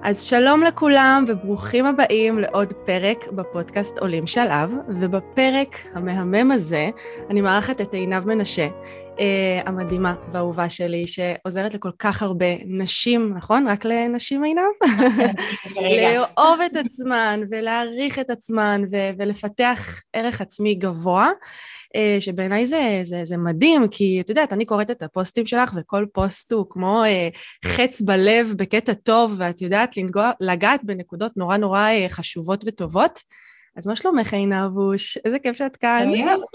אז שלום לכולם וברוכים הבאים לעוד פרק בפודקאסט עולים שלב, ובפרק המהמם הזה אני מארחת את עינב מנשה, המדהימה והאהובה שלי, שעוזרת לכל כך הרבה נשים, נכון? רק לנשים עינב? לאהוב את עצמן ולהעריך את עצמן ולפתח ערך עצמי גבוה, שבעיניי זה מדהים, כי את יודעת, אני קוראת את הפוסטים שלך, וכל פוסט הוא כמו חץ בלב בקטע טוב, ואת יודעת לגעת בנקודות נורא נורא חשובות וטובות. אז מה שלומך עינבוש? איזה כיף שאת כאן.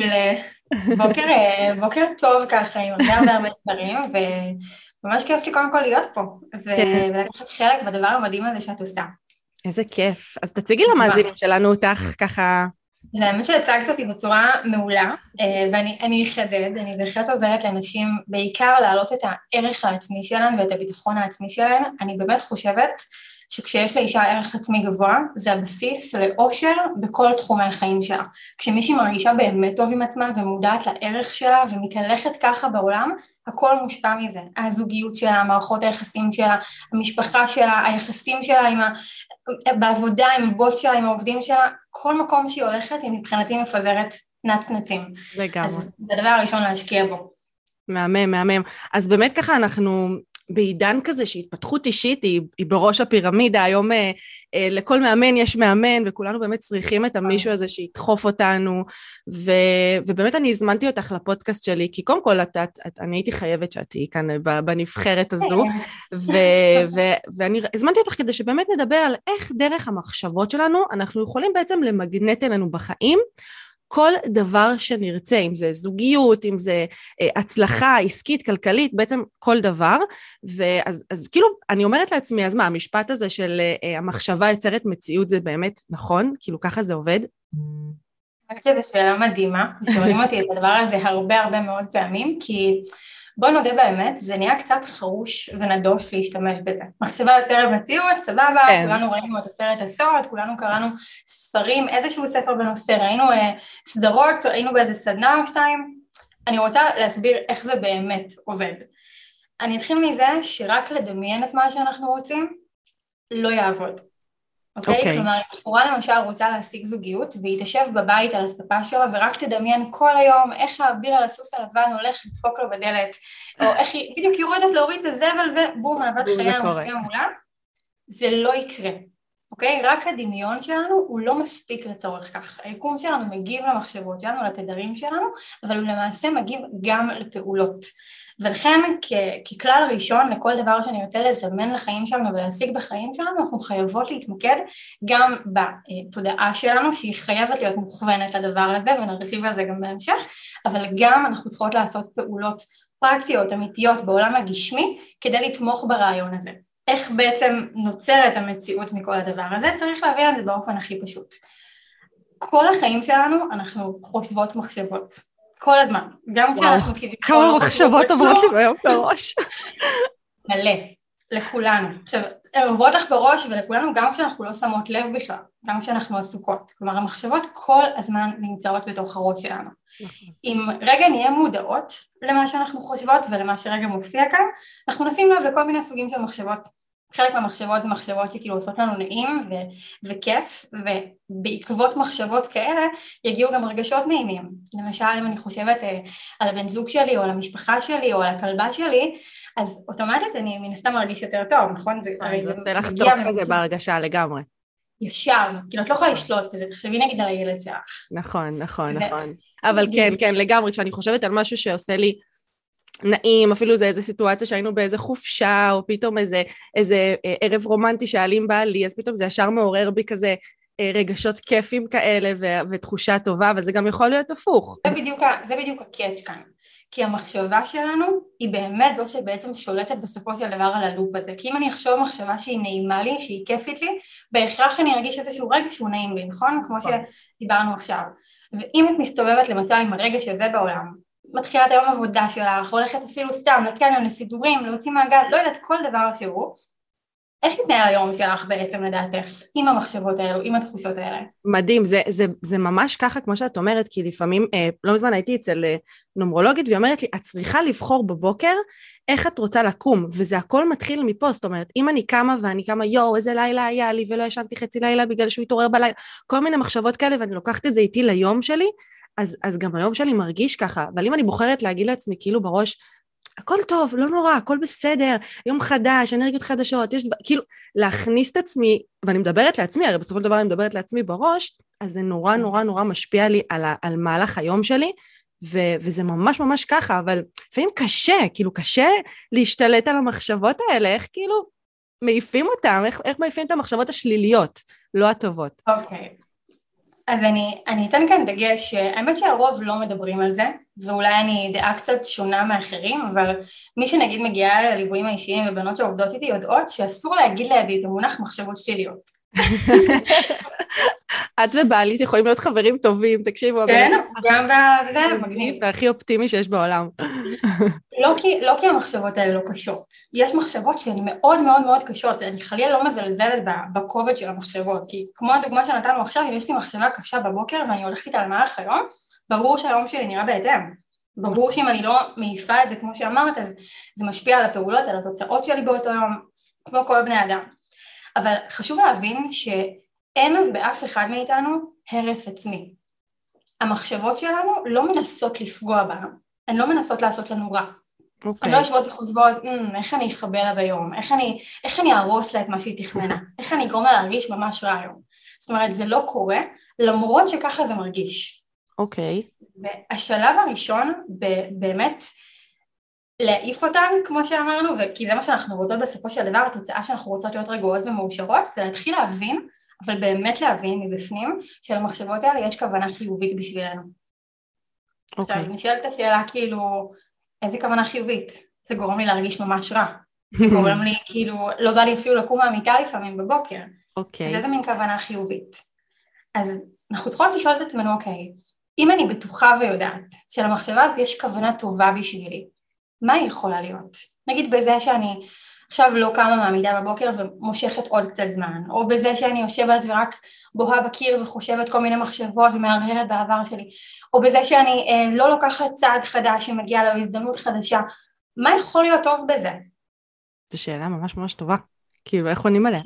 בוקר טוב ככה, עם הרבה דברים, וממש כיף לי קודם כל להיות פה, ולקחת חלק בדבר המדהים הזה שאת עושה. איזה כיף. אז תציגי למאזינים שלנו אותך ככה. זה האמת שהצגת אותי בצורה מעולה, ואני אחדד, אני בהחלט עוזרת לאנשים בעיקר להעלות את הערך העצמי שלהם ואת הביטחון העצמי שלהם. אני באמת חושבת שכשיש לאישה ערך עצמי גבוה, זה הבסיס לאושר בכל תחומי החיים שלה. כשמישהי מרגישה באמת טוב עם עצמה ומודעת לערך שלה ומתהלכת ככה בעולם, הכל מושפע מזה. הזוגיות שלה, מערכות היחסים שלה, המשפחה שלה, היחסים שלה בעבודה, עם הבוס שלה, עם העובדים שלה, כל מקום שהיא הולכת היא מבחינתי מפזרת נצנצים. לגמרי. אז זה הדבר הראשון להשקיע בו. מהמם. אז באמת ככה אנחנו בעידן כזה שהתפתחות אישית היא בראש הפירמידה. היום לכל מאמן יש מאמן, וכולנו באמת צריכים את המישהו הזה שידחוף אותנו, ובאמת אני הזמנתי אותך לפודקאסט שלי, כי קודם כל אני הייתי חייבת שאת תהיי כאן בנבחרת הזו, ואני הזמנתי אותך כדי שבאמת נדבר על איך דרך המחשבות שלנו אנחנו יכולים בעצם למגנט אלינו בחיים, כל דבר שנרצה, אם זה זוגיות, אם זה הצלחה עסקית, כלכלית, בעצם כל דבר. אז כאילו אני אומרת לעצמי, אז מה, המשפט הזה של המחשבה יוצרת מציאות, זה באמת נכון? כאילו ככה זה עובד? אני חושבת שזו שאלה מדהימה, שואלים אותי את הדבר הזה הרבה מאוד פעמים, כי בוא נודה באמת, זה נהיה קצת חרוש ונדוש להשתמש בזה. מחשבה יוצרת מציאות, סבבה, כולנו ראינו את הסרט הסרט, כולנו קראנו ספרים, איזשהו ספר בנושא, ראינו סדרות, ראינו באיזה סדנה או שתיים. אני רוצה להסביר איך זה באמת עובד. אני אתחיל מזה שרק לדמיין את מה שאנחנו רוצים, לא יעבוד. אוקיי? כלומר, בחורה למשל רוצה להשיג זוגיות, והיא תשב בבית על הספה שלה, ורק תדמיין כל היום איך האביר על הסוס הלבן הולך לדפוק לו בדלת, או איך היא בדיוק יורדת להוריד את הזבל, ובום, אהבת חייה מופיע מולה. זה לא יקרה. אוקיי? רק הדמיון שלנו הוא לא מספיק לצורך כך. היקום שלנו מגיב למחשבות שלנו, לתדרים שלנו, אבל הוא למעשה מגיב גם לפעולות. ולכן ככלל ראשון לכל דבר שאני רוצה לזמן לחיים שלנו ולהשיג בחיים שלנו, אנחנו חייבות להתמקד גם בתודעה שלנו, שהיא חייבת להיות מוכוונת לדבר הזה, ונרחיב על זה גם בהמשך, אבל גם אנחנו צריכות לעשות פעולות פרקטיות, אמיתיות בעולם הגשמי, כדי לתמוך ברעיון הזה. איך בעצם נוצרת המציאות מכל הדבר הזה, צריך להבין את זה באופן הכי פשוט. כל החיים שלנו אנחנו חושבות מחשבות. כל הזמן. גם כשאנחנו כמה מחשבות עוברות לי ביום בראש. מלא. לכולנו. עכשיו, הן עוברות לך בראש ולכולנו גם כשאנחנו לא שמות לב בכלל. גם כשאנחנו עסוקות. כלומר, המחשבות כל הזמן נמצאות בתוך הראש שלנו. אם רגע נהיה מודעות למה שאנחנו חושבות ולמה שרגע מופיע כאן, אנחנו נשים לב לכל מיני סוגים של מחשבות. חלק מהמחשבות זה מחשבות שכאילו עושות לנו נעים וכיף, ובעקבות מחשבות כאלה יגיעו גם רגשות נעימים. למשל, אם אני חושבת על הבן זוג שלי, או על המשפחה שלי, או על הכלבה שלי, אז אוטומטית אני מן הסתם מרגיש יותר טוב, נכון? זה עושה לך טוב כזה בהרגשה לגמרי. ישר, כאילו את לא יכולה לשלוט בזה, תחשבי נגיד על הילד שלך. נכון. אבל כן, לגמרי, כשאני חושבת על משהו שעושה לי נעים, אפילו זה איזו סיטואציה שהיינו באיזה חופשה, או פתאום איזה ערב רומנטי שעלים בעלי, אז פתאום זה ישר מעורר בי כזה רגשות כיפים כאלה, ותחושה טובה, אבל זה גם יכול להיות הפוך. זה בדיוק הקאץ' כאן, כי המחשבה שלנו היא באמת זו שבעצם שולטת בסופו של דבר על הלופ הזה, כי אם אני אחשוב מחשבה שהיא נעימה לי, שהיא כיפית לי, בהכרח אני ארגיש איזשהו רגע שהוא נעים לי, נכון? כמו שדיברנו עכשיו. ואם את מסתובבת למשל עם הרגע שזה בעולם, מתחילה את היום עבודה שלך, הולכת אפילו סתם לקניון, לסידורים, להוציא מעגל, לא יודעת כל דבר שהוא, איך יתנהל היום שלך בעצם לדעתך, עם המחשבות האלו, עם התחושות האלה? מדהים, זה ממש ככה כמו שאת אומרת, כי לפעמים, לא מזמן הייתי אצל נומרולוגית, והיא אומרת לי, את צריכה לבחור בבוקר איך את רוצה לקום, וזה הכל מתחיל מפה, זאת אומרת, אם אני קמה ואני קמה, יואו, איזה לילה היה לי, ולא ישנתי חצי לילה בגלל שהוא התעורר בלילה, כל מיני מחשבות כאלה, ואני לוקחת את זה איתי ליום שלי, אז גם היום שלי מרגיש ככה, אבל אם אני בוחרת להגיד לעצמי כאילו בראש, הכל טוב, לא נורא, הכל בסדר, יום חדש, אנרגיות חדשות, יש, כאילו, להכניס את עצמי, ואני מדברת לעצמי, הרי בסופו של דבר אני מדברת לעצמי בראש, אז זה נורא נורא נורא משפיע לי על מהלך היום שלי, וזה ממש ממש ככה, אבל לפעמים קשה, כאילו קשה להשתלט על המחשבות האלה, איך כאילו מעיפים אותם, איך מעיפים את המחשבות השליליות, לא הטובות. אוקיי. אז אני אתן כאן דגש, האמת שהרוב לא מדברים על זה, ואולי אני דעה קצת שונה מאחרים, אבל מי שנגיד מגיעה לליוויים האישיים ובנות שעובדות איתי יודעות שאסור להגיד לידי את המונח מחשבות שליליות. את ובעלית יכולים להיות חברים טובים, תקשיבו. כן, גם זה מגניב. והכי אופטימי שיש בעולם. לא כי המחשבות האלה לא קשות, יש מחשבות שהן מאוד מאוד מאוד קשות, ואני חלילה לא מזלזלת בכובד של המחשבות, כי כמו הדוגמה שנתנו עכשיו, אם יש לי מחשבה קשה בבוקר ואני הולכת איתה למהלך היום, ברור שהיום שלי נראה בהתאם, ברור שאם אני לא מעיפה את זה כמו שאמרת, אז זה משפיע על הפעולות, על התוצאות שלי באותו יום, כמו כל בני אדם. אבל חשוב להבין שאין באף אחד מאיתנו הרס עצמי. המחשבות שלנו לא מנסות לפגוע בנו, הן לא מנסות לעשות לנו רע. הן לא יושבות וחושבות, איך אני אחבל לה ביום, איך אני ארוס לה את מה שהיא תכננה, איך אני אגרום לה להרגיש ממש רע היום. זאת אומרת, זה לא קורה, למרות שככה זה מרגיש. אוקיי. והשלב הראשון, באמת, להעיף אותן, כמו שאמרנו, כי זה מה שאנחנו רוצות בסופו של דבר, התוצאה שאנחנו רוצות להיות רגועות ומאושרות, זה להתחיל להבין, אבל באמת להבין מבפנים, שלמחשבות האלה יש כוונה חיובית בשבילנו. עכשיו, נשאלת השאלה כאילו, איזה כוונה חיובית? זה גורם לי להרגיש ממש רע. זה גורם לי, כאילו, לא בא לי אפילו לקום מהמיטה לפעמים בבוקר. אז איזה מין כוונה חיובית? אז אנחנו צריכות לשאול את עצמנו, אוקיי, אם אני בטוחה ויודעת שלמחשבה הזאת יש כוונה טובה בשבילי, מה היא יכולה להיות? נגיד בזה שאני עכשיו לא קמה מהמיטה בבוקר ומושכת עוד קצת זמן, או בזה שאני יושבת ורק בוהה בקיר וחושבת כל מיני מחשבות ומהרהרת בעבר שלי, או בזה שאני לא לוקחת צעד חדש שמגיע לה הזדמנות חדשה, מה יכול להיות טוב בזה? זו שאלה ממש ממש טובה, כאילו איך עונים עליה?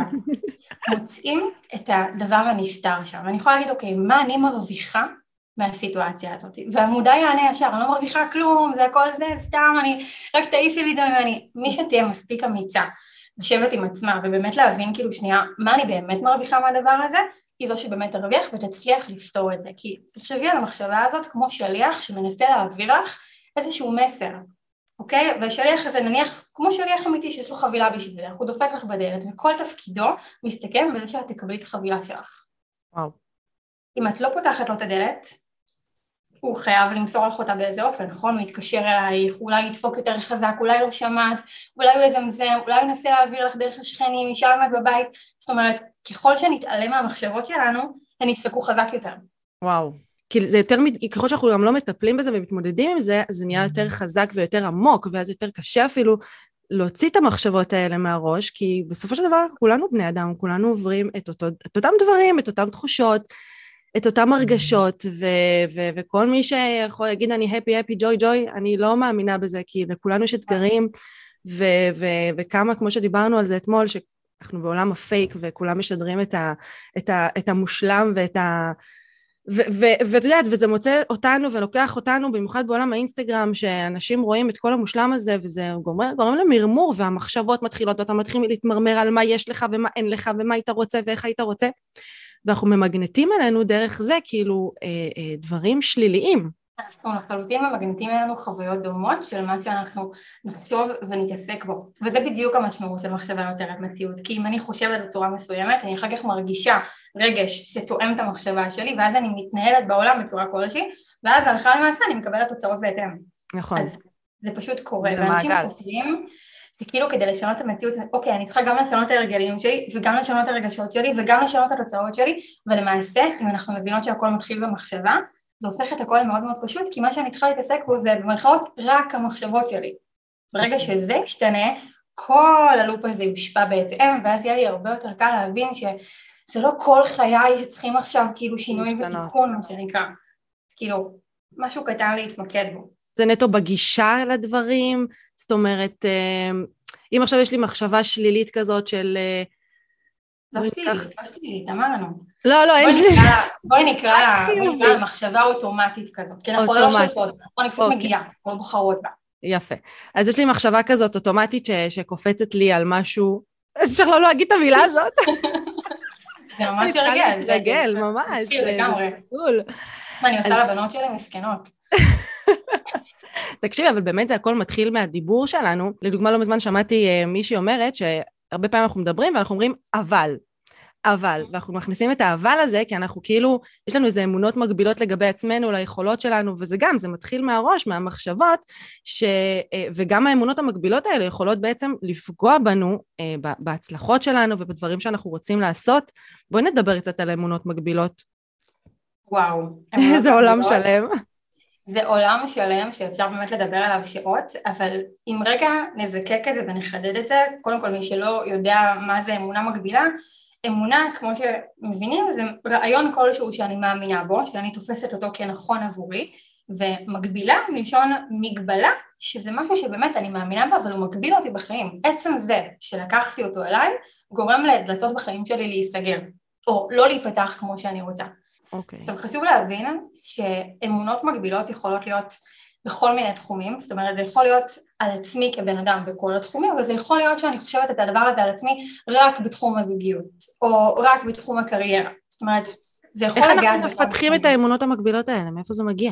מוצאים את הדבר הנסתר שם, ואני יכולה להגיד אוקיי, מה אני מרוויחה מהסיטואציה הזאת, והמודע יענה ישר, אני לא מרוויחה כלום, זה הכל זה, סתם, אני רק תעיפי לי דמי, מי שתהיה מספיק אמיצה, לשבת עם עצמה, ובאמת להבין כאילו שנייה, מה אני באמת מרוויחה מהדבר הזה, היא זו שבאמת תרוויח ותצליח לפתור את זה, כי תחשבי על המחשבה הזאת כמו שליח שמנסה להעביר לך איזשהו מסר, אוקיי? והשליח הזה נניח כמו שליח אמיתי שיש לו חבילה בשבילך, הוא דופק לך בדלת, וכל תפקידו מסתכם בזה שאת תקבלי את החבילה שלך. וואו. אם את לא פותחת לו את הדלת, הוא חייב למסור לך אותה באיזה אופן, נכון? הוא יתקשר אלייך, אולי ידפוק יותר חזק, אולי לא שמעת, אולי הוא יזמזם, אולי הוא ינסה להעביר לך דרך השכנים, ישאל מה בבית, זאת אומרת, ככל שנתעלם מהמחשבות שלנו, הן ידפקו חזק יותר. וואו, כי זה יותר, ככל שאנחנו גם לא מטפלים בזה ומתמודדים עם זה, זה נהיה יותר חזק ויותר עמוק, ואז יותר קשה אפילו להוציא את המחשבות האלה מהראש, כי בסופו של דבר כולנו בני אדם, כולנו עוברים את אותם דברים, את אותם תחושות, את אותם הרגשות, וכל מי שיכול להגיד אני happy, joy, אני לא מאמינה בזה, כי לכולנו יש אתגרים, וכמה, כמו שדיברנו על זה אתמול, שאנחנו בעולם הפייק, וכולם משדרים את המושלם, ואת יודעת, וזה מוצא אותנו, ולוקח אותנו, במיוחד בעולם האינסטגרם, שאנשים רואים את כל המושלם הזה, וזה גורם למרמור, והמחשבות מתחילות, ואתה מתחיל להתמרמר על מה יש לך, ומה אין לך, ומה היית רוצה, ואיך היית רוצה, ואנחנו ממגנטים אלינו דרך זה, כאילו, דברים שליליים. אנחנו לחלוטין ממגנטים אלינו חוויות דומות, של מה שאנחנו נחשוב ונתעסק בו. וזה בדיוק המשמעות של מחשבה יוצרת מציאות. כי אם אני חושבת בצורה מסוימת, אני אחר כך מרגישה רגש שתואם את המחשבה שלי, ואז אני מתנהלת בעולם בצורה כלשהי, ואז הלכה למעשה אני מקבלת תוצאות בהתאם. נכון. אז זה פשוט קורה. ואנשים חושבים שכאילו כדי לשנות את המציאות, אוקיי, אני צריכה גם לשנות את הרגלים שלי, וגם לשנות את הרגשות שלי, וגם לשנות את התוצאות שלי, ולמעשה, אם אנחנו מבינות שהכל מתחיל במחשבה, זה הופך את הכל מאוד מאוד פשוט, כי מה שאני צריכה להתעסק בו זה במרכאות רק המחשבות שלי. ברגע שזה ישתנה, כל הלופ הזה יושפע בהתאם, ואז יהיה לי הרבה יותר קל להבין שזה לא כל חיי שצריכים עכשיו כאילו שינוי ותיקון, מה שנקרא. כאילו, משהו קטן להתמקד בו. זה נטו בגישה לדברים, זאת אומרת, אם עכשיו יש לי מחשבה שלילית כזאת של... לא שלילית, אמרנו. לא, אין שלי. בואי נקרא לה מחשבה אוטומטית כזאת, כי אנחנו לא שולפות, אנחנו נקפות מגיעה, אנחנו לא בוחרות בה. יפה. אז יש לי מחשבה כזאת אוטומטית שקופצת לי על משהו, אפשר לא להגיד את המילה הזאת? זה ממש רגל. רגל, ממש. לגמרי. אני עושה לבנות שלי מסכנות. תקשיבי, אבל באמת זה הכל מתחיל מהדיבור שלנו. לדוגמה, לא מזמן שמעתי מישהי אומרת שהרבה פעמים אנחנו מדברים ואנחנו אומרים אבל, ואנחנו מכניסים את האבל הזה, כי אנחנו כאילו, יש לנו איזה אמונות מגבילות לגבי עצמנו, ליכולות שלנו, וזה גם, זה מתחיל מהראש, מהמחשבות, וגם האמונות המגבילות האלה יכולות בעצם לפגוע בנו, בהצלחות שלנו ובדברים שאנחנו רוצים לעשות. בואי נדבר קצת על האמונות מגבילות. וואו. זה עולם שלם. זה עולם שלם שאפשר באמת לדבר עליו שעות, אבל אם רגע נזקק את זה ונחדד את זה, קודם כל מי שלא יודע מה זה אמונה מגבילה, אמונה, כמו שמבינים, זה רעיון כלשהו שאני מאמינה בו, שאני תופסת אותו כנכון עבורי, ומגבילה מלשון מגבלה, שזה משהו שבאמת אני מאמינה בו, אבל הוא מגביל אותי בחיים. עצם זה שלקחתי אותו אליי, גורם לדלתות בחיים שלי להיסגר, או לא להיפתח כמו שאני רוצה. עכשיו חשוב להבין שאמונות מגבילות יכולות להיות בכל מיני תחומים, זאת אומרת זה יכול להיות על עצמי כבן אדם בכל התחומים, אבל זה יכול להיות שאני חושבת את הדבר הזה על עצמי רק בתחום הזוגיות, או רק בתחום הקריירה, זאת אומרת זה יכול לגעת... איך אנחנו מפתחים את האמונות המגבילות האלה? מאיפה זה מגיע?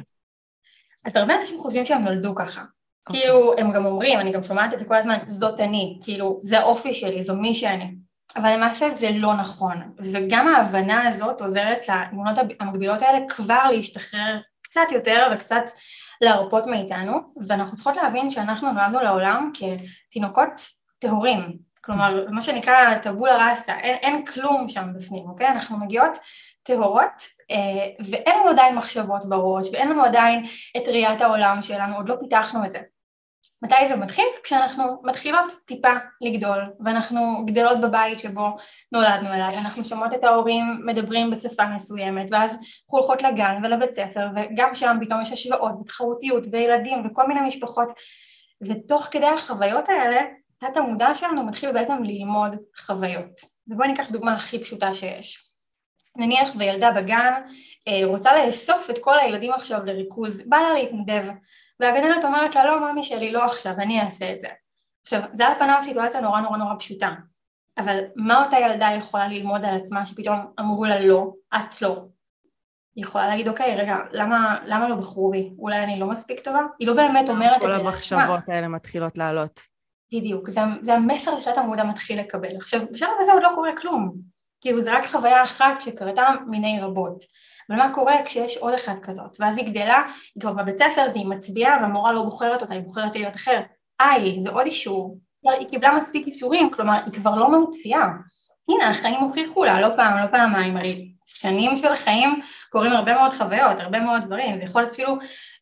אז הרבה אנשים חושבים שהם נולדו ככה, כאילו הם גם אומרים, אני גם שומעת את זה כל הזמן, זאת אני, כאילו זה האופי שלי, זו מי שאני, אבל למעשה זה לא נכון, וגם ההבנה הזאת עוזרת לאמונות המגבילות האלה כבר להשתחרר קצת יותר וקצת להרפות מאיתנו, ואנחנו צריכות להבין שאנחנו נולדנו לעולם כתינוקות טהורים, כלומר מה שנקרא טבולה ראסה, אין כלום שם בפנים, אוקיי? אנחנו מגיעות טהורות, ואין לנו עדיין מחשבות בראש, ואין לנו עדיין את ראיית העולם שלנו, עוד לא פיתחנו את זה. מתי זה מתחיל? כשאנחנו מתחילות טיפה לגדול, ואנחנו גדלות בבית שבו נולדנו אליו, אנחנו שומעות את ההורים מדברים בשפה מסוימת, ואז הולכות לגן ולבית ספר, וגם שם פתאום יש השוואות ותחרותיות וילדים וכל מיני משפחות, ותוך כדי החוויות האלה, תת המודע שלנו מתחיל בעצם ללמוד חוויות. ובואי ניקח דוגמה הכי פשוטה שיש. נניח וילדה בגן רוצה לאסוף את כל הילדים עכשיו לריכוז, בא לה להתנדב, והגננת אומרת לה, לא, מאמי שלי, לא עכשיו, אני אעשה את זה. עכשיו, זה על פניו סיטואציה נורא נורא נורא פשוטה, אבל מה אותה ילדה יכולה ללמוד על עצמה שפתאום אמרו לה לא, את לא? היא יכולה להגיד, אוקיי, רגע, למה לא בחרו בי? אולי אני לא מספיק טובה? היא לא באמת אומרת את זה. כל המחשבות האלה מתחילות לעלות. בדיוק, זה המסר שאת המודע מתחיל לקבל. עכשיו, בשלב הזה עוד לא קורה כלום. כאילו, זה רק חוויה אחת שקרתה מיני רבות. אבל מה קורה כשיש עוד אחת כזאת? ואז היא גדלה, היא כבר בבית ספר והיא מצביעה, והמורה לא בוחרת אותה, היא בוחרת ילד אחר. זה עוד אישור. היא קיבלה מספיק אישורים, כלומר, היא כבר לא ממציאה. הנה, החיים הוכיחו לה, לא פעם, לא פעמיים, הרי שנים של החיים קוראים הרבה מאוד חוויות, הרבה מאוד דברים. זה יכול להיות אפילו,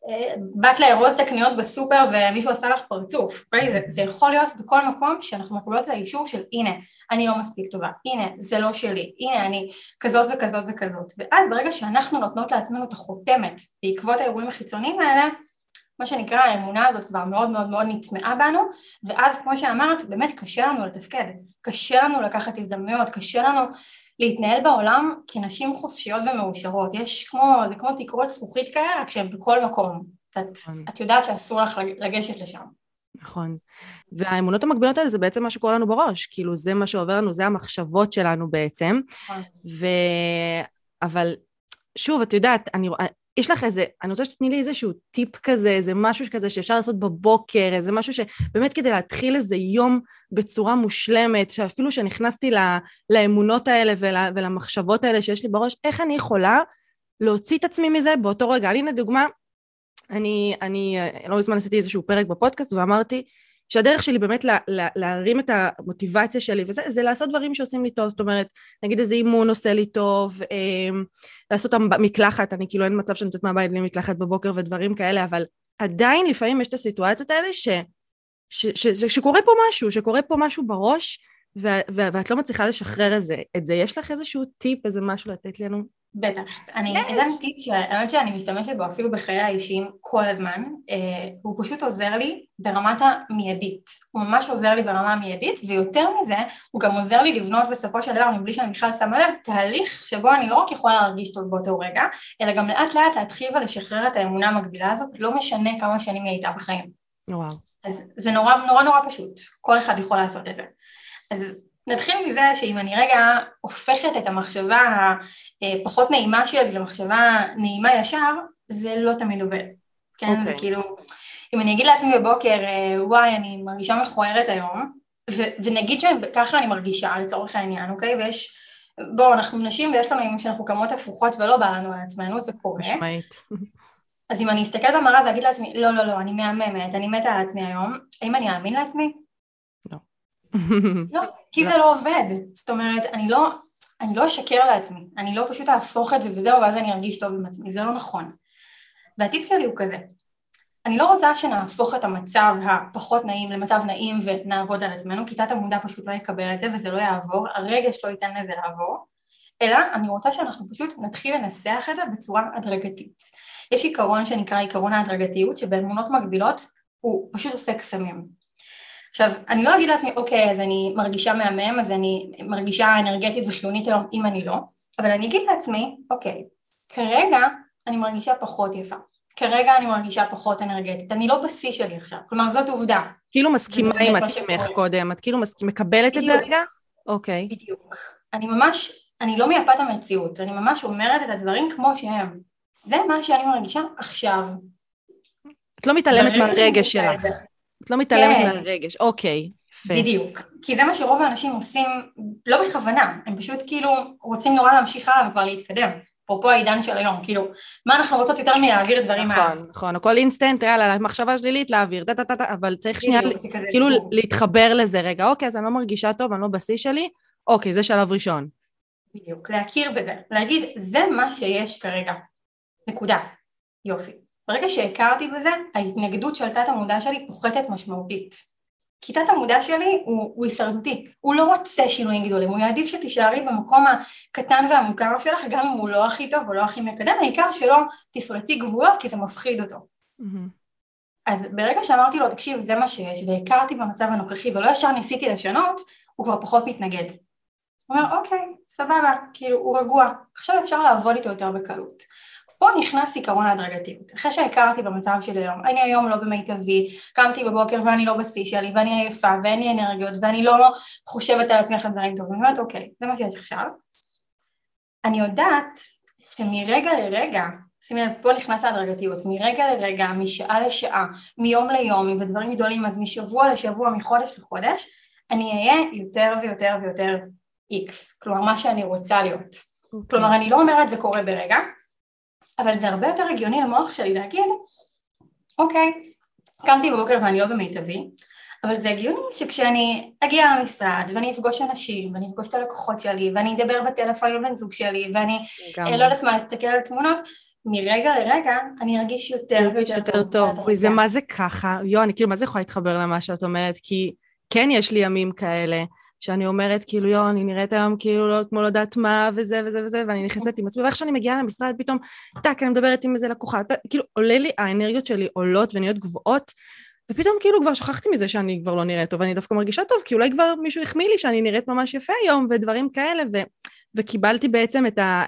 באת לארוז את הקניות בסופר ומישהו עשה לך פרצוף. זה יכול להיות בכל מקום שאנחנו מקבלות את האישור של הנה, אני לא מספיק טובה, הנה, זה לא שלי, הנה, אני כזאת וכזאת וכזאת. ואז ברגע שאנחנו נותנות לעצמנו את החותמת בעקבות האירועים החיצוניים האלה, מה שנקרא האמונה הזאת כבר מאוד מאוד מאוד נטמעה בנו, ואז כמו שאמרת, באמת קשה לנו לתפקד, קשה לנו לקחת הזדמנויות, קשה לנו להתנהל בעולם כנשים חופשיות ומאושרות. זה כמו תקרות זכוכית כאלה, רק שהן בכל מקום. את יודעת שאסור לך לגשת לשם. נכון. והאמונות המקבילות האלה זה בעצם מה שקורה לנו בראש, כאילו זה מה שעובר לנו, זה המחשבות שלנו בעצם. אבל שוב, את יודעת, יש לך אני רוצה שתתני לי איזשהו טיפ כזה, איזה משהו כזה שאפשר לעשות בבוקר, איזה משהו שבאמת כדי להתחיל איזה יום בצורה מושלמת, שאפילו שנכנסתי לאמונות האלה ולמחשבות האלה שיש לי בראש, איך אני יכולה להוציא את עצמי מזה באותו רגע? הנה דוגמה, אני לא מזמן עשיתי איזשהו פרק בפודקאסט ואמרתי שהדרך שלי באמת להרים את המוטיבציה שלי, וזה לעשות דברים שעושים לי טוב, זאת אומרת, נגיד איזה אימון עושה לי טוב, לעשות מקלחת, אני כאילו אין מצב שאני יוצאת מהבית בלי מקלחת בבוקר ודברים כאלה, אבל עדיין לפעמים יש את הסיטואציות האלה שקורה פה משהו בראש, ואת לא מצליחה לשחרר את זה. יש לך איזשהו טיפ, איזה משהו לתת לנו? בטח, אני אתן טיפ שהאמת שאני משתמשת בו אפילו בחיי האישיים כל הזמן, הוא פשוט עוזר לי ברמת המיידית, הוא ממש עוזר לי ברמה המיידית, ויותר מזה הוא גם עוזר לי לבנות בסופו של דבר, מבלי שאני בכלל שמה לב, תהליך שבו אני לא רק יכולה להרגיש טוב באותו רגע, אלא גם לאט לאט להתחיל ולשחרר את האמונה המקבילה הזאת, לא משנה כמה שנים היא הייתה בחיים. וואו. אז זה נורא נורא נורא פשוט, כל אחד יכול לעשות את זה. אז נתחיל מזה שאם אני רגע הופכת את המחשבה הפחות נעימה שלי למחשבה נעימה ישר, זה לא תמיד עובד. כן, זה כאילו, אם אני אגיד לעצמי בבוקר, וואי, אני מרגישה מכוערת היום, ונגיד שככה אני מרגישה לצורך העניין, אוקיי? ויש, בואו, אנחנו נשים ויש לנו ימים שאנחנו קמות הפוכות ולא בא לנו על עצמנו, זה קורה. משמעית. אז אם אני אסתכל במראה ואגיד לעצמי, לא, לא, לא, אני מהממת, אני מתה על עצמי היום, האם אני אאמין לעצמי? לא. לא, כי זה לא עובד. זאת אומרת, אני לא אשקר לעצמי, אני לא פשוט אהפוך את זה וזהו, ואז אני ארגיש טוב עם עצמי, זה לא נכון. והטיפ שלי הוא כזה, אני לא רוצה שנהפוך את המצב הפחות נעים למצב נעים ונעבוד על עצמנו, כי תת המודע פשוט לא יקבל את זה וזה לא יעבור, הרגש לא ייתן לזה לעבור, אלא אני רוצה שאנחנו פשוט נתחיל לנסח את זה בצורה הדרגתית. יש עיקרון שנקרא עיקרון ההדרגתיות, שבאמונות מקבילות הוא פשוט עושה קסמים. עכשיו, אני לא אגיד לעצמי, אוקיי, אז אני מרגישה מהמם, אז אני מרגישה אנרגטית וחיונית היום, אם אני לא, אבל אני אגיד לעצמי, אוקיי, כרגע אני מרגישה פחות יפה, כרגע אני מרגישה פחות אנרגטית, אני לא בשיא שלי עכשיו, כלומר זאת עובדה. כאילו מסכימה עם עצמך קודם, את כאילו מקבלת את זה רגע? אוקיי. בדיוק. אני לא מייפת המציאות, אני ממש אומרת את הדברים כמו שהם. זה מה שאני מרגישה עכשיו. את לא מתעלמת מהרגש שלך. את לא מתעלמת מהרגש, אוקיי, יפה. בדיוק, כי זה מה שרוב האנשים עושים, לא בכוונה, הם פשוט כאילו רוצים נורא להמשיך הלאה וכבר להתקדם. אפרופו העידן של היום, כאילו, מה אנחנו רוצות יותר מלהעביר דברים מהר? נכון, הכל אינסטנט, יאללה, מחשבה שלילית להעביר, אבל צריך שנייה, כאילו להתחבר לזה רגע, אוקיי, אז אני לא מרגישה טוב, אני לא בשיא שלי, אוקיי, זה שלב ראשון. בדיוק, להכיר בזה, להגיד, זה מה שיש כרגע, נקודה, יופי. ברגע שהכרתי בזה, ההתנגדות של תת המודע שלי פוחתת משמעותית. כי תת המודע שלי הוא הישרדותי, הוא לא רוצה שינויים גדולים, הוא יעדיף שתישארי במקום הקטן והמוכר שלך, גם אם הוא לא הכי טוב או לא הכי מקדם, העיקר שלא תפרצי גבולות כי זה מפחיד אותו. אז ברגע שאמרתי לו, תקשיב, זה מה שיש, והכרתי במצב הנוכחי ולא ישר ניסיתי לשנות, הוא כבר פחות מתנגד. הוא אומר, אוקיי, סבבה, כאילו הוא רגוע, עכשיו אפשר לעבוד איתו יותר בקלות. פה נכנס עיקרון ההדרגתיות. אחרי שהכרתי במצב של היום, אני היום לא במיטבי, קמתי בבוקר ואני לא בשיא שלי, ואני עייפה, ואין לי אנרגיות, ואני לא חושבת על עצמי דברים טובים. אני אומרת, אוקיי, זה מה שיש עכשיו. אני יודעת שמרגע לרגע, שימי לב, פה נכנס ההדרגתיות, מרגע לרגע, משעה לשעה, מיום ליום, ודברים גדולים, אז משבוע לשבוע, מחודש לחודש, אני אהיה יותר ויותר ויותר איקס, כלומר מה שאני רוצה להיות. כלומר, אני לא אומרת זה קורה ברגע, אבל זה הרבה יותר הגיוני למוח שלי להגיד, אוקיי, קמתי בבוקר ואני לא במיטבי, אבל זה הגיוני שכשאני אגיע למשרד ואני אפגוש אנשים ואני אפגוש את הלקוחות שלי ואני אדבר בטלפון עם בן זוג שלי ואני לא יודעת מה, אסתכל על התמונות, מרגע לרגע אני ארגיש יותר טוב. וזה מה זה ככה? אני כאילו מה זה יכולה להתחבר למה שאת אומרת, כי כן יש לי ימים כאלה, שאני אומרת, כאילו, אני נראית היום, כאילו, לא, כמו לא יודעת מה, וזה וזה וזה, ואני נכנסת עם עצמי, ואיך שאני מגיעה למשרד, פתאום, אני מדברת עם איזה לקוחה, כאילו, עולה לי, האנרגיות שלי עולות ונהיות גבוהות, ופתאום, כאילו, כבר שכחתי מזה שאני כבר לא נראית טוב, ואני דווקא מרגישה טוב, כי אולי כבר מישהו החמיא לי שאני נראית ממש יפה היום, ודברים כאלה, וקיבלתי בעצם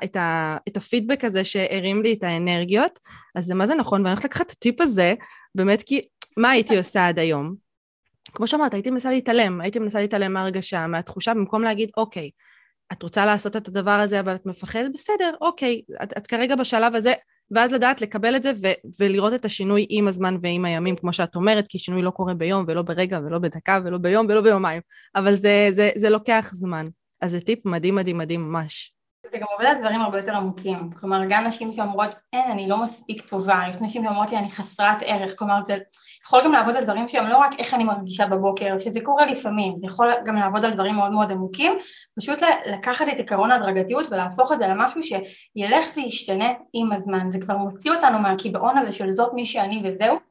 את הפידבק הזה, שהרים לי את האנרגיות, אז זה מה זה נכון, ואני הולכת לקחת את הטיפ הזה, באמת, כי מה הייתי עושה עד היום? כמו שאמרת, הייתי מנסה להתעלם מהרגשה, מהתחושה, במקום להגיד, אוקיי, את רוצה לעשות את הדבר הזה, אבל את מפחדת, בסדר, אוקיי, את כרגע בשלב הזה, ואז לדעת לקבל את זה, ולראות את השינוי עם הזמן ועם הימים, כמו שאת אומרת, כי שינוי לא קורה ביום, ולא ברגע, ולא בדקה, ולא ביום, ולא ביומיים, אבל זה לוקח זמן. אז זה טיפ מדהים, מדהים, מדהים, ממש. זה גם עובד על דברים הרבה יותר עמוקים, כלומר גם נשים שאומרות, אין, אני לא מספיק טובה, יש נשים שאומרות לי, אני חסרת ערך, כלומר זה יכול גם לעבוד על דברים שהם לא רק איך אני מרגישה בבוקר, שזה קורה לפעמים, זה יכול גם לעבוד על דברים מאוד מאוד עמוקים, פשוט לקחת את עקרון ההדרגתיות ולהפוך את זה למשהו שילך וישתנה עם הזמן, זה כבר מוציא אותנו מהקיבעון הזה של זאת מי שאני וזהו,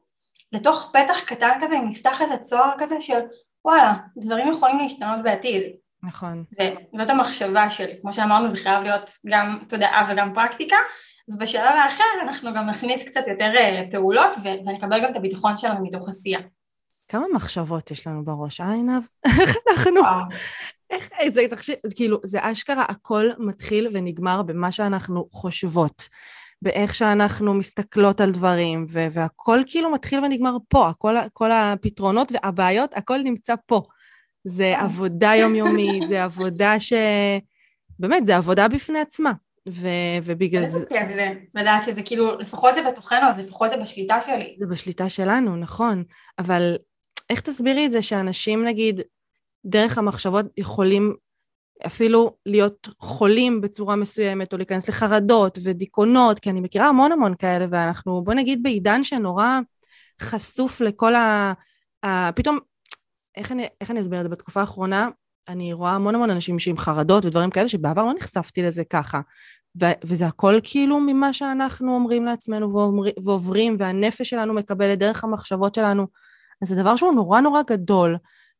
לתוך פתח קטן כזה, נפתח איזה צוהר כזה של וואלה, דברים יכולים להשתנות בעתיד. נכון. וזאת המחשבה שלי, כמו שאמרנו, זה חייב להיות גם תודעה וגם פרקטיקה, אז בשלב האחר אנחנו גם נכניס קצת יותר פעולות, ונקבל גם את הביטחון שלנו מתוך עשייה. כמה מחשבות יש לנו בראש, עינב? איך אנחנו... איך זה, תחשיב, כאילו, זה אשכרה, הכל מתחיל ונגמר במה שאנחנו חושבות, באיך שאנחנו מסתכלות על דברים, והכל כאילו מתחיל ונגמר פה, כל הפתרונות והבעיות, הכל נמצא פה. זה עבודה יומיומית, זה עבודה באמת, זה עבודה בפני עצמה. ובגלל זה... זה לדעת שזה כאילו, לפחות זה בתוכנו, אז לפחות זה בשליטה שלי. זה בשליטה שלנו, נכון. אבל איך תסבירי את זה שאנשים, נגיד, דרך המחשבות יכולים אפילו להיות חולים בצורה מסוימת, או להיכנס לחרדות ודיכאונות, כי אני מכירה המון כאלה, ואנחנו, בוא נגיד, בעידן שנורא חשוף לכל פתאום, איך אני אסביר את זה? בתקופה האחרונה, אני רואה המון אנשים שעם חרדות ודברים כאלה, שבעבר לא נחשפתי לזה ככה, וזה הכל כאילו ממה שאנחנו אומרים לעצמנו ועוברים, והנפש שלנו מקבלת דרך המחשבות שלנו, אז זה דבר שהוא נורא גדול,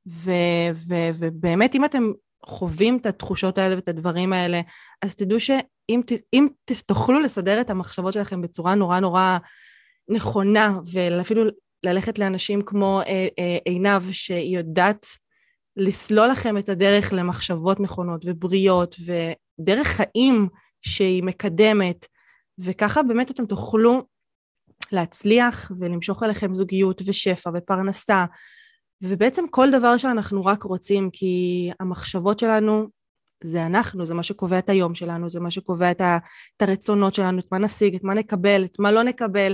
ובאמת אם אתם חווים את התחושות האלה ואת הדברים האלה, אז תדעו שאם תוכלו לסדר את המחשבות שלכם בצורה נורא נכונה, ואפילו ללכת לאנשים כמו עינב, שהיא יודעת לסלול לכם את הדרך למחשבות נכונות ובריאות, ודרך חיים שהיא מקדמת, וככה באמת אתם תוכלו להצליח ולמשוך אליכם זוגיות ושפע ופרנסה, ובעצם כל דבר שאנחנו רק רוצים, כי המחשבות שלנו זה אנחנו, זה מה שקובע את היום שלנו, זה מה שקובע את הרצונות שלנו, את מה נשיג, את מה נקבל, את מה לא נקבל,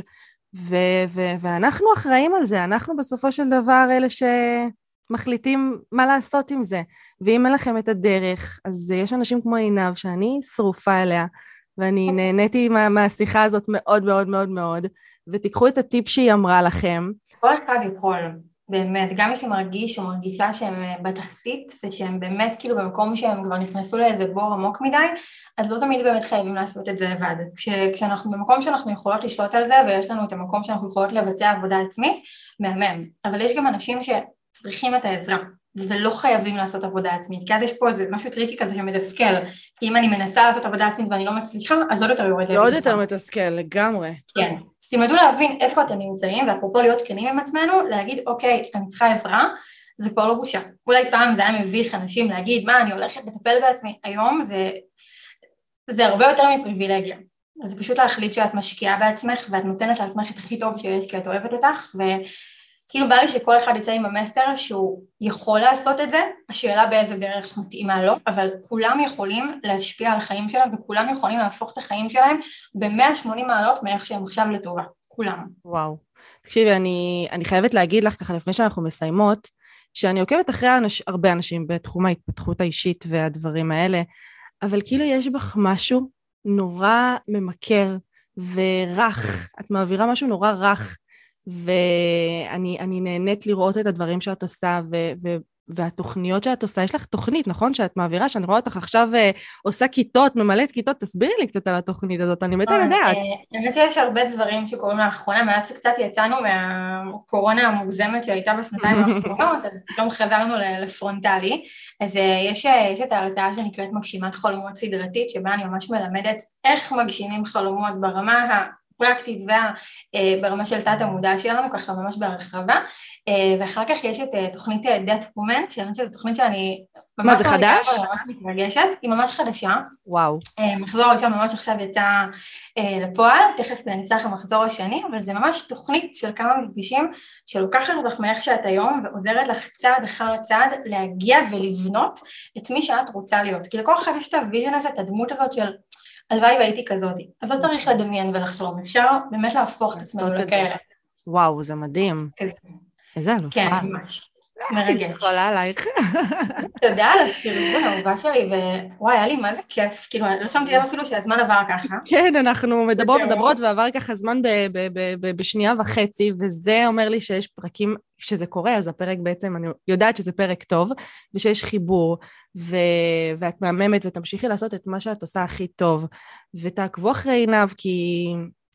ואנחנו אחראים על זה, אנחנו בסופו של דבר אלה שמחליטים מה לעשות עם זה, ואם אין לכם את הדרך, אז יש אנשים כמו עינב שאני שרופה אליה, ואני נהניתי מהשיחה הזאת מאוד, ותיקחו את הטיפ שהיא אמרה לכם. כל אחד יכול. באמת, גם מי שמרגיש או מרגישה שהם בתחתית, ושהם באמת כאילו במקום שהם כבר נכנסו לאיזה בור עמוק מדי, אז לא תמיד באמת חייבים לעשות את זה לבד. כשאנחנו במקום שאנחנו יכולות לשלוט על זה, ויש לנו את המקום שאנחנו יכולות לבצע עבודה עצמית, מהמם. אבל יש גם אנשים שצריכים את העזרה, ולא חייבים לעשות עבודה עצמית, כי אז יש פה איזה משהו טריקי כזה שמדסקל, כי אם אני מנסה לעשות עבודה עצמית ואני לא מצליחה, אז עוד יותר יורד לי. עוד יותר מתסכל, לגמרי. כן. אז תלמדו להבין איפה אתם נמצאים, ואפרופו להיות כנים עם עצמנו, להגיד, אוקיי, אני צריכה עזרה, זה כבר לא בושה. אולי פעם זה היה מביך אנשים להגיד, מה, אני הולכת לטפל בעצמי. היום זה הרבה יותר מפריבילגיה. אז זה פשוט להחליט שאת משקיעה בעצמך, ואת נותנת לעצמך את הכי טוב שיש, כי את אוהבת אותך, וכאילו בא לי שכל אחד יצא עם המסר שהוא יכול לעשות את זה, השאלה באיזה דרך מתאימה לו, אבל כולם יכולים להשפיע על החיים שלהם, וכולם יכולים להפוך את החיים שלהם ב-180 מעלות מאיך שהם עכשיו לטובה, כולם. וואו. תקשיבי, אני חייבת להגיד לך ככה לפני שאנחנו מסיימות, שאני עוקבת אחרי הרבה אנשים בתחום ההתפתחות האישית והדברים האלה, אבל כאילו יש בך משהו נורא ממכר ורך, את מעבירה משהו נורא רך, ואני נהנית לראות את הדברים שאת עושה, והתוכניות שאת עושה, יש לך תוכנית, נכון? שאת מעבירה, שאני רואה אותך עכשיו עושה כיתות, ממלאת כיתות, תסבירי לי קצת על התוכנית הזאת, אני מתה לדעת. האמת שיש הרבה דברים שקורים לאחרונה, מאז שקצת יצאנו מהקורונה המוגזמת שהייתה בשנתיים האחרונות, אז פתאום חזרנו לפרונטלי, אז יש את ההרצאה שנקראת מגשימת חלומות סדרתית, שבה אני ממש מלמדת איך מגשימים חלומות ברמה פרקטית וברמה של תת המודע שלנו, ככה ממש בהרחבה, ואחר כך יש את תוכנית That Woman, שאני חושבת, תוכנית שאני... מה, זה חדש? ממש מתרגשת, היא ממש חדשה. וואו. מחזור הראשון ממש עכשיו יצא לפועל, תכף נצטרך המחזור השני, אבל זה ממש תוכנית של כמה מפגישים, שלוקחת אותך מאיך שאת היום, ועוזרת לך צעד אחר צעד להגיע ולבנות את מי שאת רוצה להיות. כי לכל אחד יש את הוויז'ן הזה, את הדמות הזאת של... הלוואי והייתי כזאת, אז לא צריך לדמיין ולחלום, אפשר באמת להפוך את עצמנו לכאלה. וואו, זה מדהים. איזה אלופה. כן, ממש. מרגש. אני חולה עלייך. תודה על הפרגון האהובה שלי, ווואי, היה לי מה זה כיף, כאילו, לא שמתי לב אפילו שהזמן עבר ככה. כן, אנחנו מדברות, ועבר ככה זמן בשנייה וחצי, וזה אומר לי שיש פרקים, שזה קורה, אז הפרק בעצם, אני יודעת שזה פרק טוב, ושיש חיבור, ואת מהממת, ותמשיכי לעשות את מה שאת עושה הכי טוב, ותעקבו אחרי עינב, כי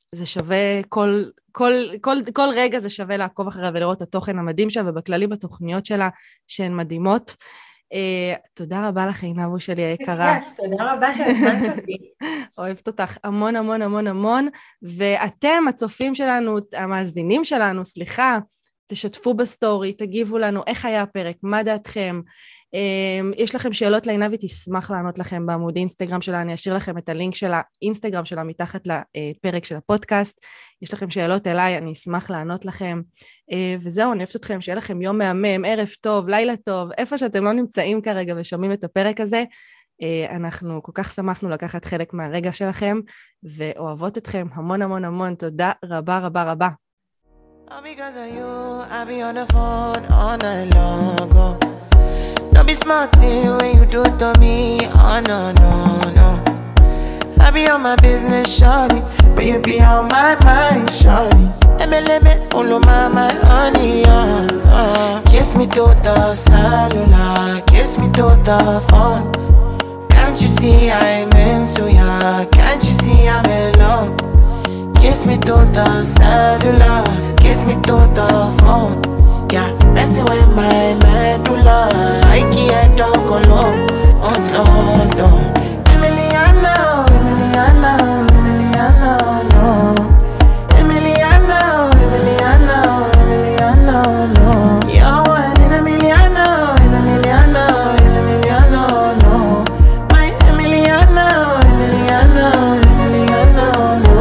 זה שווה, כל רגע זה שווה לעקוב אחריה ולראות את התוכן המדהים שלה, ובכללי בתוכניות שלה שהן מדהימות. תודה רבה לך, עינבו שלי היקרה. תודה רבה שהזמנת אותי. אוהבת אותך המון המון המון המון, ואתם הצופים שלנו, המאזינים שלנו, סליחה, תשתפו בסטורי, תגיבו לנו איך היה הפרק, מה דעתכם, יש לכם שאלות לעינב, היא תשמח לענות לכם בעמוד אינסטגרם שלה, אני אשאיר לכם את הלינק של האינסטגרם שלה מתחת לפרק של הפודקאסט, יש לכם שאלות אליי, אני אשמח לענות לכם, וזהו, אני אוהבת אתכם, שיהיה לכם יום מהמם, ערב טוב, לילה טוב, איפה שאתם לא נמצאים כרגע ושומעים את הפרק הזה, אנחנו כל כך שמחנו לקחת חלק מהרגע שלכם, ואוהבות אתכם המון המון המון, תודה רבה רבה רבה. All because of you, I be on the phone all night long, oh. Don't be smart when you do it to me, oh no, no, no. I be on my business, shawty, but you be on my mind, shawty. Limit, all of my honey, Kiss me to the cellular, kiss me to the phone. Can't you see I'm into ya, can't you see I'm in love? Kiss me to the cellular, kiss me to the phone. Yeah, messing with my medulla, I can't talk alone. Oh no, no. Emiliano, Emiliano, Emiliano, no. Emiliano, Emiliano, Emiliano, no. You're one in a Emiliano, Emiliano, Emiliano, no. My Emiliano, Emiliano, Emiliano, no.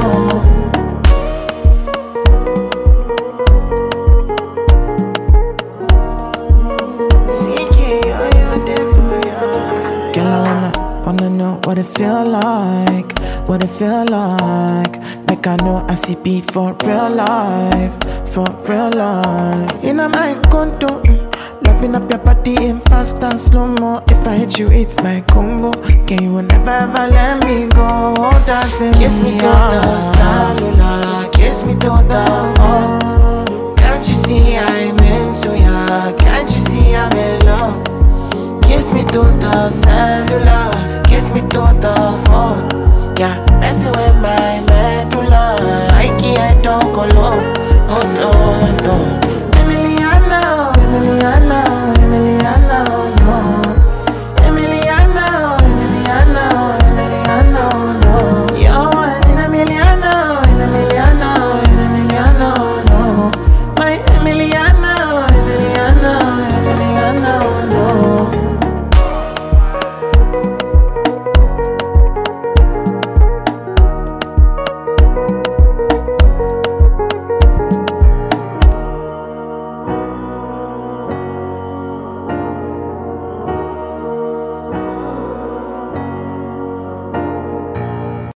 Wanna know what it feel like, what it feel like. Like I know I see beat for real life, for real life. In my condo, loving up your body in fast and slow-mo. If I hit you, it's my combo. Can you never ever let me go? Dancing kiss me to the cellular, kiss me to the phone. Can't you see I'm into ya? Can't you see I'm in love? Kiss me to the cellular,